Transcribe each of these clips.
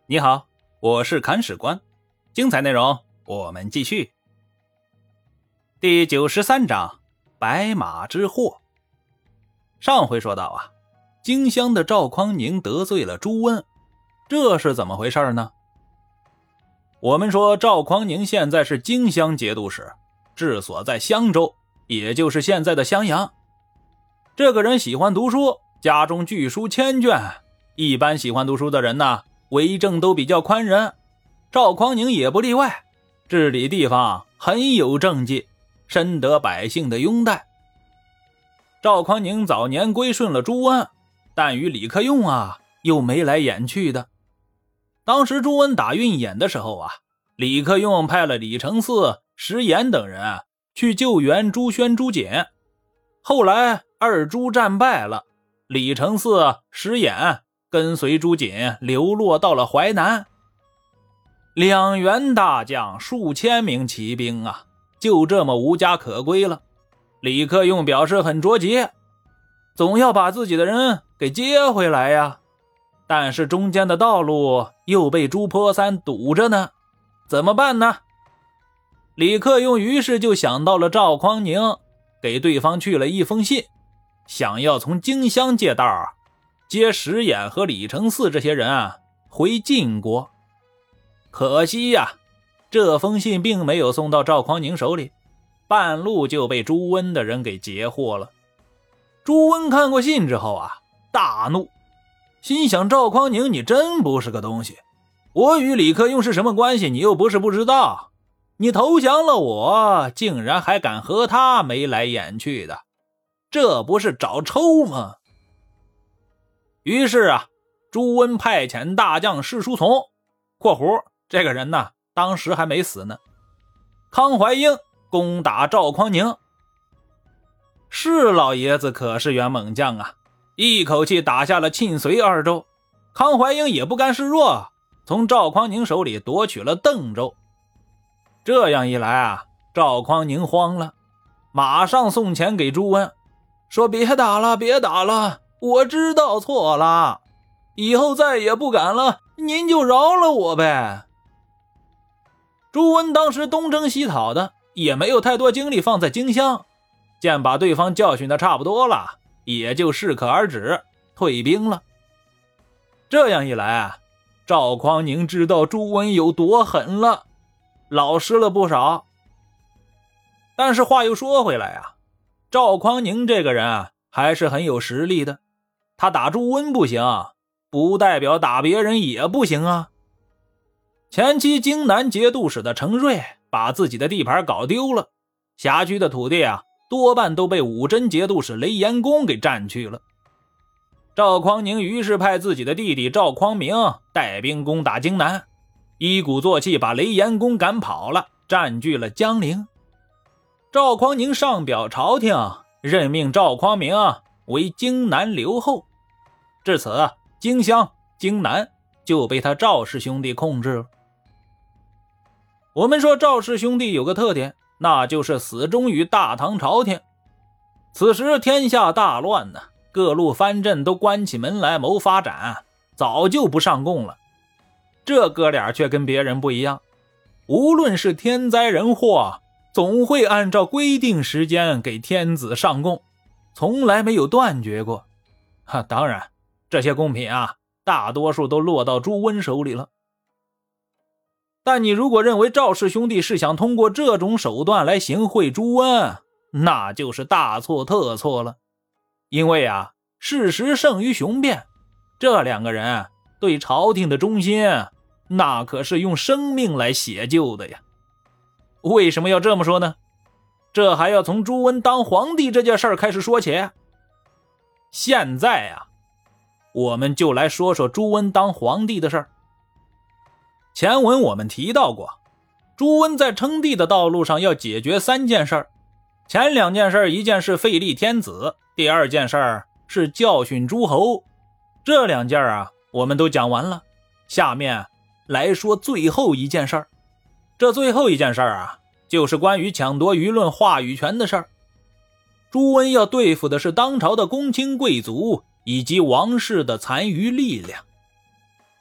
你好，我是砍史官，精彩内容我们继续。第93章白马之祸。上回说到啊，荆襄的赵匡胤得罪了朱温，这是怎么回事呢？我们说赵匡胤现在是荆襄节度使，治所在襄州，也就是现在的襄阳。这个人喜欢读书，家中巨书千卷，一般喜欢读书的人呢，为政都比较宽仁，赵匡胤也不例外，治理地方很有政绩，深得百姓的拥戴。赵匡胤早年归顺了朱温，但与李克用又眉来眼去的。当时朱温打运兖的时候李克用派了李承嗣、石岩等人去救援朱宣、朱瑾。后来二朱战败了，李承嗣、石岩跟随朱瑾流落到了淮南。两员大将数千名骑兵就这么无家可归了。李克用表示很着急，总要把自己的人给接回来呀。但是中间的道路又被朱坡三堵着呢，怎么办呢？李克用于是就想到了赵匡胤，给对方去了一封信，想要从荆襄借道接石演和李承嗣这些人回晋国。可惜这封信并没有送到赵匡胤手里，半路就被朱温的人给截获了。朱温看过信之后大怒，心想赵匡胤你真不是个东西，我与李克用是什么关系你又不是不知道，你投降了我，竟然还敢和他眉来眼去的，这不是找抽吗？于是朱温派遣大将士叔从（括弧这个人当时还没死呢）康怀英攻打赵匡胤。士老爷子可是员猛将一口气打下了沁绥二州。康怀英也不甘示弱，从赵匡胤手里夺取了邓州。这样一来赵匡胤慌了，马上送钱给朱温，说别打了别打了，我知道错了，以后再也不敢了，您就饶了我呗。朱温当时东征西讨的，也没有太多精力放在荆襄，见把对方教训的差不多了，也就适可而止，退兵了。这样一来赵匡胤知道朱温有多狠了，老实了不少。但是话又说回来赵匡胤这个人还是很有实力的，他打朱温不行，不代表打别人也不行前期荆南节度使的程瑞把自己的地盘搞丢了，辖区的土地多半都被武真节度使雷延公给占去了。赵匡胤于是派自己的弟弟赵匡明带兵攻打荆南，一鼓作气把雷延公赶跑了，占据了江陵。赵匡胤上表朝廷，任命赵匡明为荆南留后，至此荆襄、荆南就被他赵氏兄弟控制了。我们说赵氏兄弟有个特点，那就是死忠于大唐朝廷。此时天下大乱各路藩镇都关起门来谋发展，早就不上贡了。这哥俩却跟别人不一样，无论是天灾人祸，总会按照规定时间给天子上贡，从来没有断绝过。当然这些贡品大多数都落到朱温手里了。但你如果认为赵氏兄弟是想通过这种手段来行贿朱温，那就是大错特错了。因为事实胜于雄辩，这两个人对朝廷的忠心，那可是用生命来写就的呀。为什么要这么说呢？这还要从朱温当皇帝这件事儿开始说起。现在我们就来说说朱温当皇帝的事儿。前文我们提到过，朱温在称帝的道路上要解决3件事儿。前2件事，一件是废立天子，第2件事是教训诸侯。这2件我们都讲完了，下面来说最后一件事。这最后一件事就是关于抢夺舆论话语权的事儿。朱温要对付的是当朝的公卿贵族以及王室的残余力量。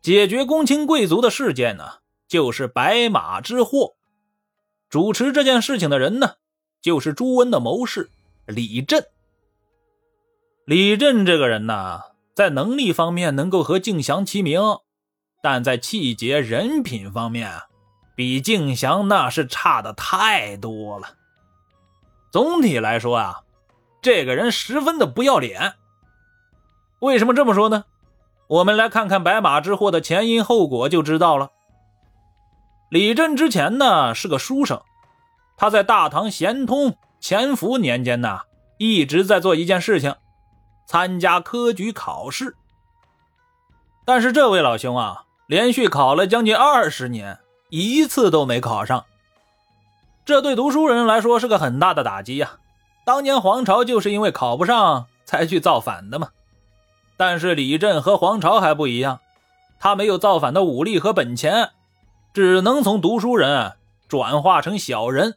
解决公卿贵族的事件呢，就是白马之祸。主持这件事情的人呢，就是朱温的谋士李振。李振这个人呢，在能力方面能够和敬降齐名，但在气节人品方面比敬降那是差的太多了。总体来说啊，这个人十分的不要脸。为什么这么说呢？我们来看看白马之祸的前因后果就知道了。李振之前呢是个书生，他在大唐咸通乾伏年间呢，一直在做一件事情，参加科举考试。但是这位老兄啊，连续考了将近20年，一次都没考上。这对读书人来说是个很大的打击啊。当年黄巢就是因为考不上才去造反的嘛。但是李振和黄巢还不一样，他没有造反的武力和本钱，只能从读书人转化成小人。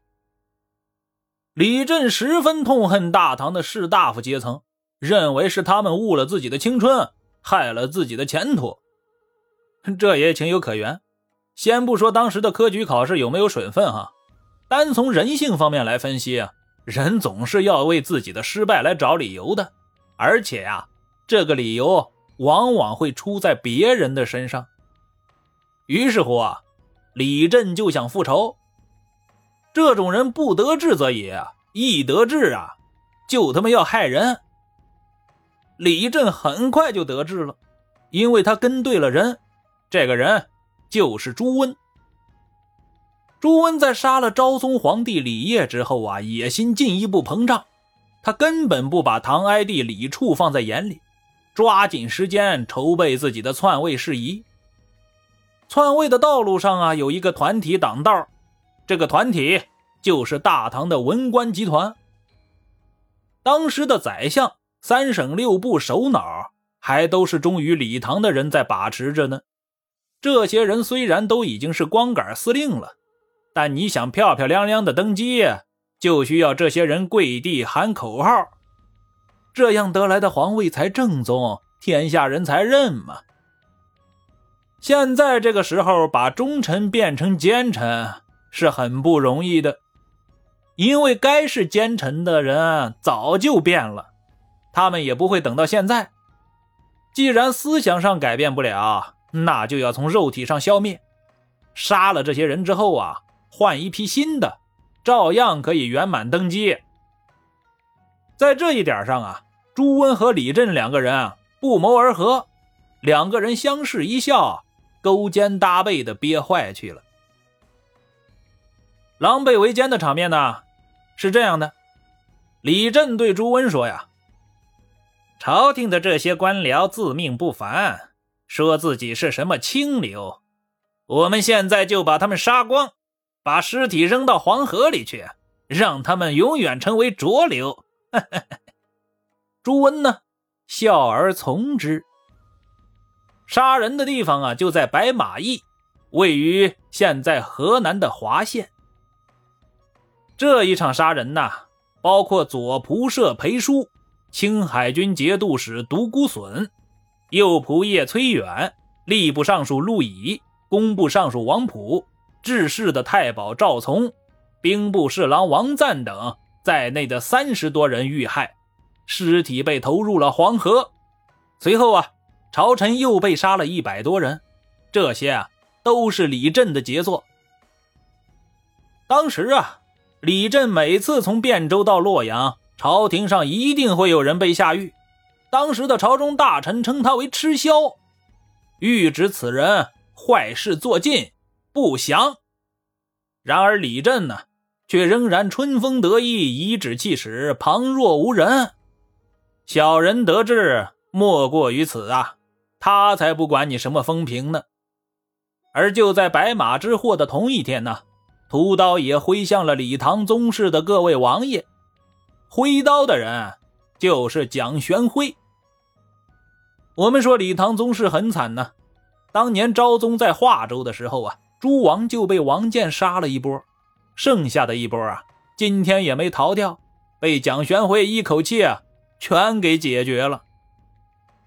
李振十分痛恨大唐的士大夫阶层，认为是他们误了自己的青春，害了自己的前途。这也情有可原，先不说当时的科举考试有没有水分哈，单从人性方面来分析啊，人总是要为自己的失败来找理由的，而且呀，这个理由往往会出在别人的身上。于是乎啊，李振就想复仇。这种人不得志则已，一得志啊，就他妈要害人。李振很快就得志了，因为他跟对了人，这个人就是朱温。朱温在杀了昭宗皇帝李晔之后啊，野心进一步膨胀，他根本不把唐哀帝李处放在眼里，抓紧时间筹备自己的篡位事宜。篡位的道路上啊，有一个团体挡道，这个团体就是大唐的文官集团。当时的宰相、3省6部首脑还都是忠于李唐的人在把持着呢。这些人虽然都已经是光杆司令了，但你想漂漂亮亮的登基，就需要这些人跪地喊口号，这样得来的皇位才正宗，天下人才认嘛。现在这个时候把忠臣变成奸臣是很不容易的，因为该是奸臣的人早就变了，他们也不会等到现在。既然思想上改变不了，那就要从肉体上消灭。杀了这些人之后啊，换一批新的，照样可以圆满登基。在这一点上啊，朱温和李振两个人不谋而合，两个人相视一笑，勾肩搭背的憋坏去了。狼狈为奸的场面呢，是这样的。李振对朱温说呀，朝廷的这些官僚自命不凡，说自己是什么清流，我们现在就把他们杀光，把尸体扔到黄河里去，让他们永远成为浊流。朱温呢，笑而从之。杀人的地方啊，就在白马驿，位于现在河南的滑县。这一场杀人呐，包括左仆射裴叔、青海军节度使独孤损、右仆射崔远、吏部尚书陆乙、工部尚书王溥、治世的太保赵从、兵部侍郎王赞等在内的30多人遇害，尸体被投入了黄河。随后啊，朝臣又被杀了100多人，这些啊都是李振的杰作。当时啊，李振每次从汴州到洛阳，朝廷上一定会有人被下狱，当时的朝中大臣称他为吃枭，谕旨此人坏事做尽，不降。然而李振呢，却仍然春风得意，颐指气使，旁若无人。小人得志莫过于此啊，他才不管你什么风评呢。而就在白马之祸的同一天呢，屠刀也挥向了李唐宗室的各位王爷，挥刀的人就是蒋玄辉。我们说李唐宗室很惨呢，当年昭宗在华州的时候啊，诸王就被王建杀了一波，剩下的一波啊，今天也没逃掉，被蒋玄辉一口气全给解决了。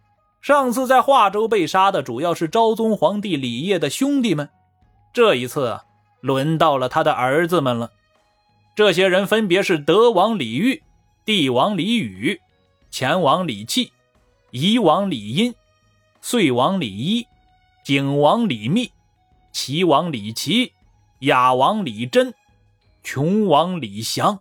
上次在华州被杀的主要是昭宗皇帝李晔的兄弟们，这一次轮到了他的儿子们了。这些人分别是德王李煜、帝王李宇、前王李器、夷王李殷、遂王李一、景王李密、齐王李齐、雅王李真、琼王李祥。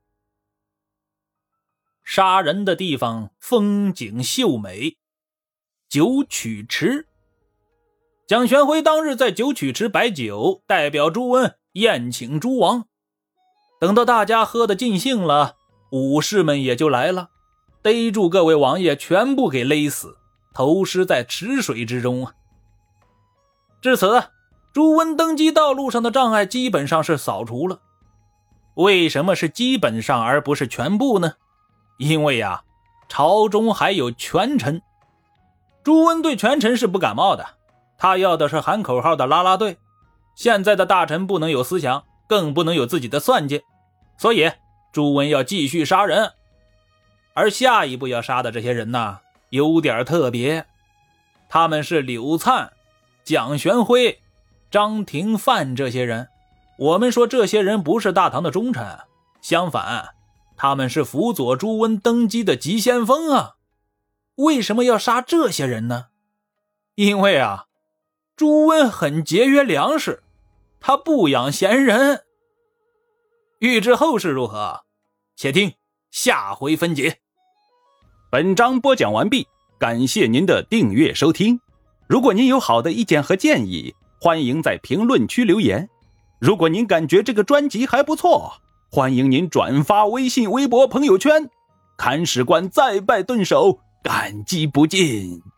杀人的地方风景秀美，九曲池。蒋玄辉当日在九曲池摆酒，代表朱温宴请诸王。等到大家喝得尽兴了，武士们也就来了，逮住各位王爷全部给勒死，投尸在池水之中啊。至此，朱温登基道路上的障碍基本上是扫除了。为什么是基本上而不是全部呢？因为朝中还有权臣。朱温对权臣是不感冒的，他要的是喊口号的啦啦队。现在的大臣不能有思想，更不能有自己的算计，所以朱温要继续杀人。而下一步要杀的这些人呢，有点特别，他们是柳灿、蒋玄辉、张廷范这些人。我们说这些人不是大唐的忠臣，相反，他们是辅佐朱温登基的急先锋啊。为什么要杀这些人呢？因为朱温很节约粮食，他不养闲人。欲知后事如何，且听下回分解。 本章播讲完毕，感谢您的订阅收听。如果您有好的意见和建议，欢迎在评论区留言。如果您感觉这个专辑还不错，欢迎您转发微信、微博、朋友圈。看史官再拜顿首，感激不尽。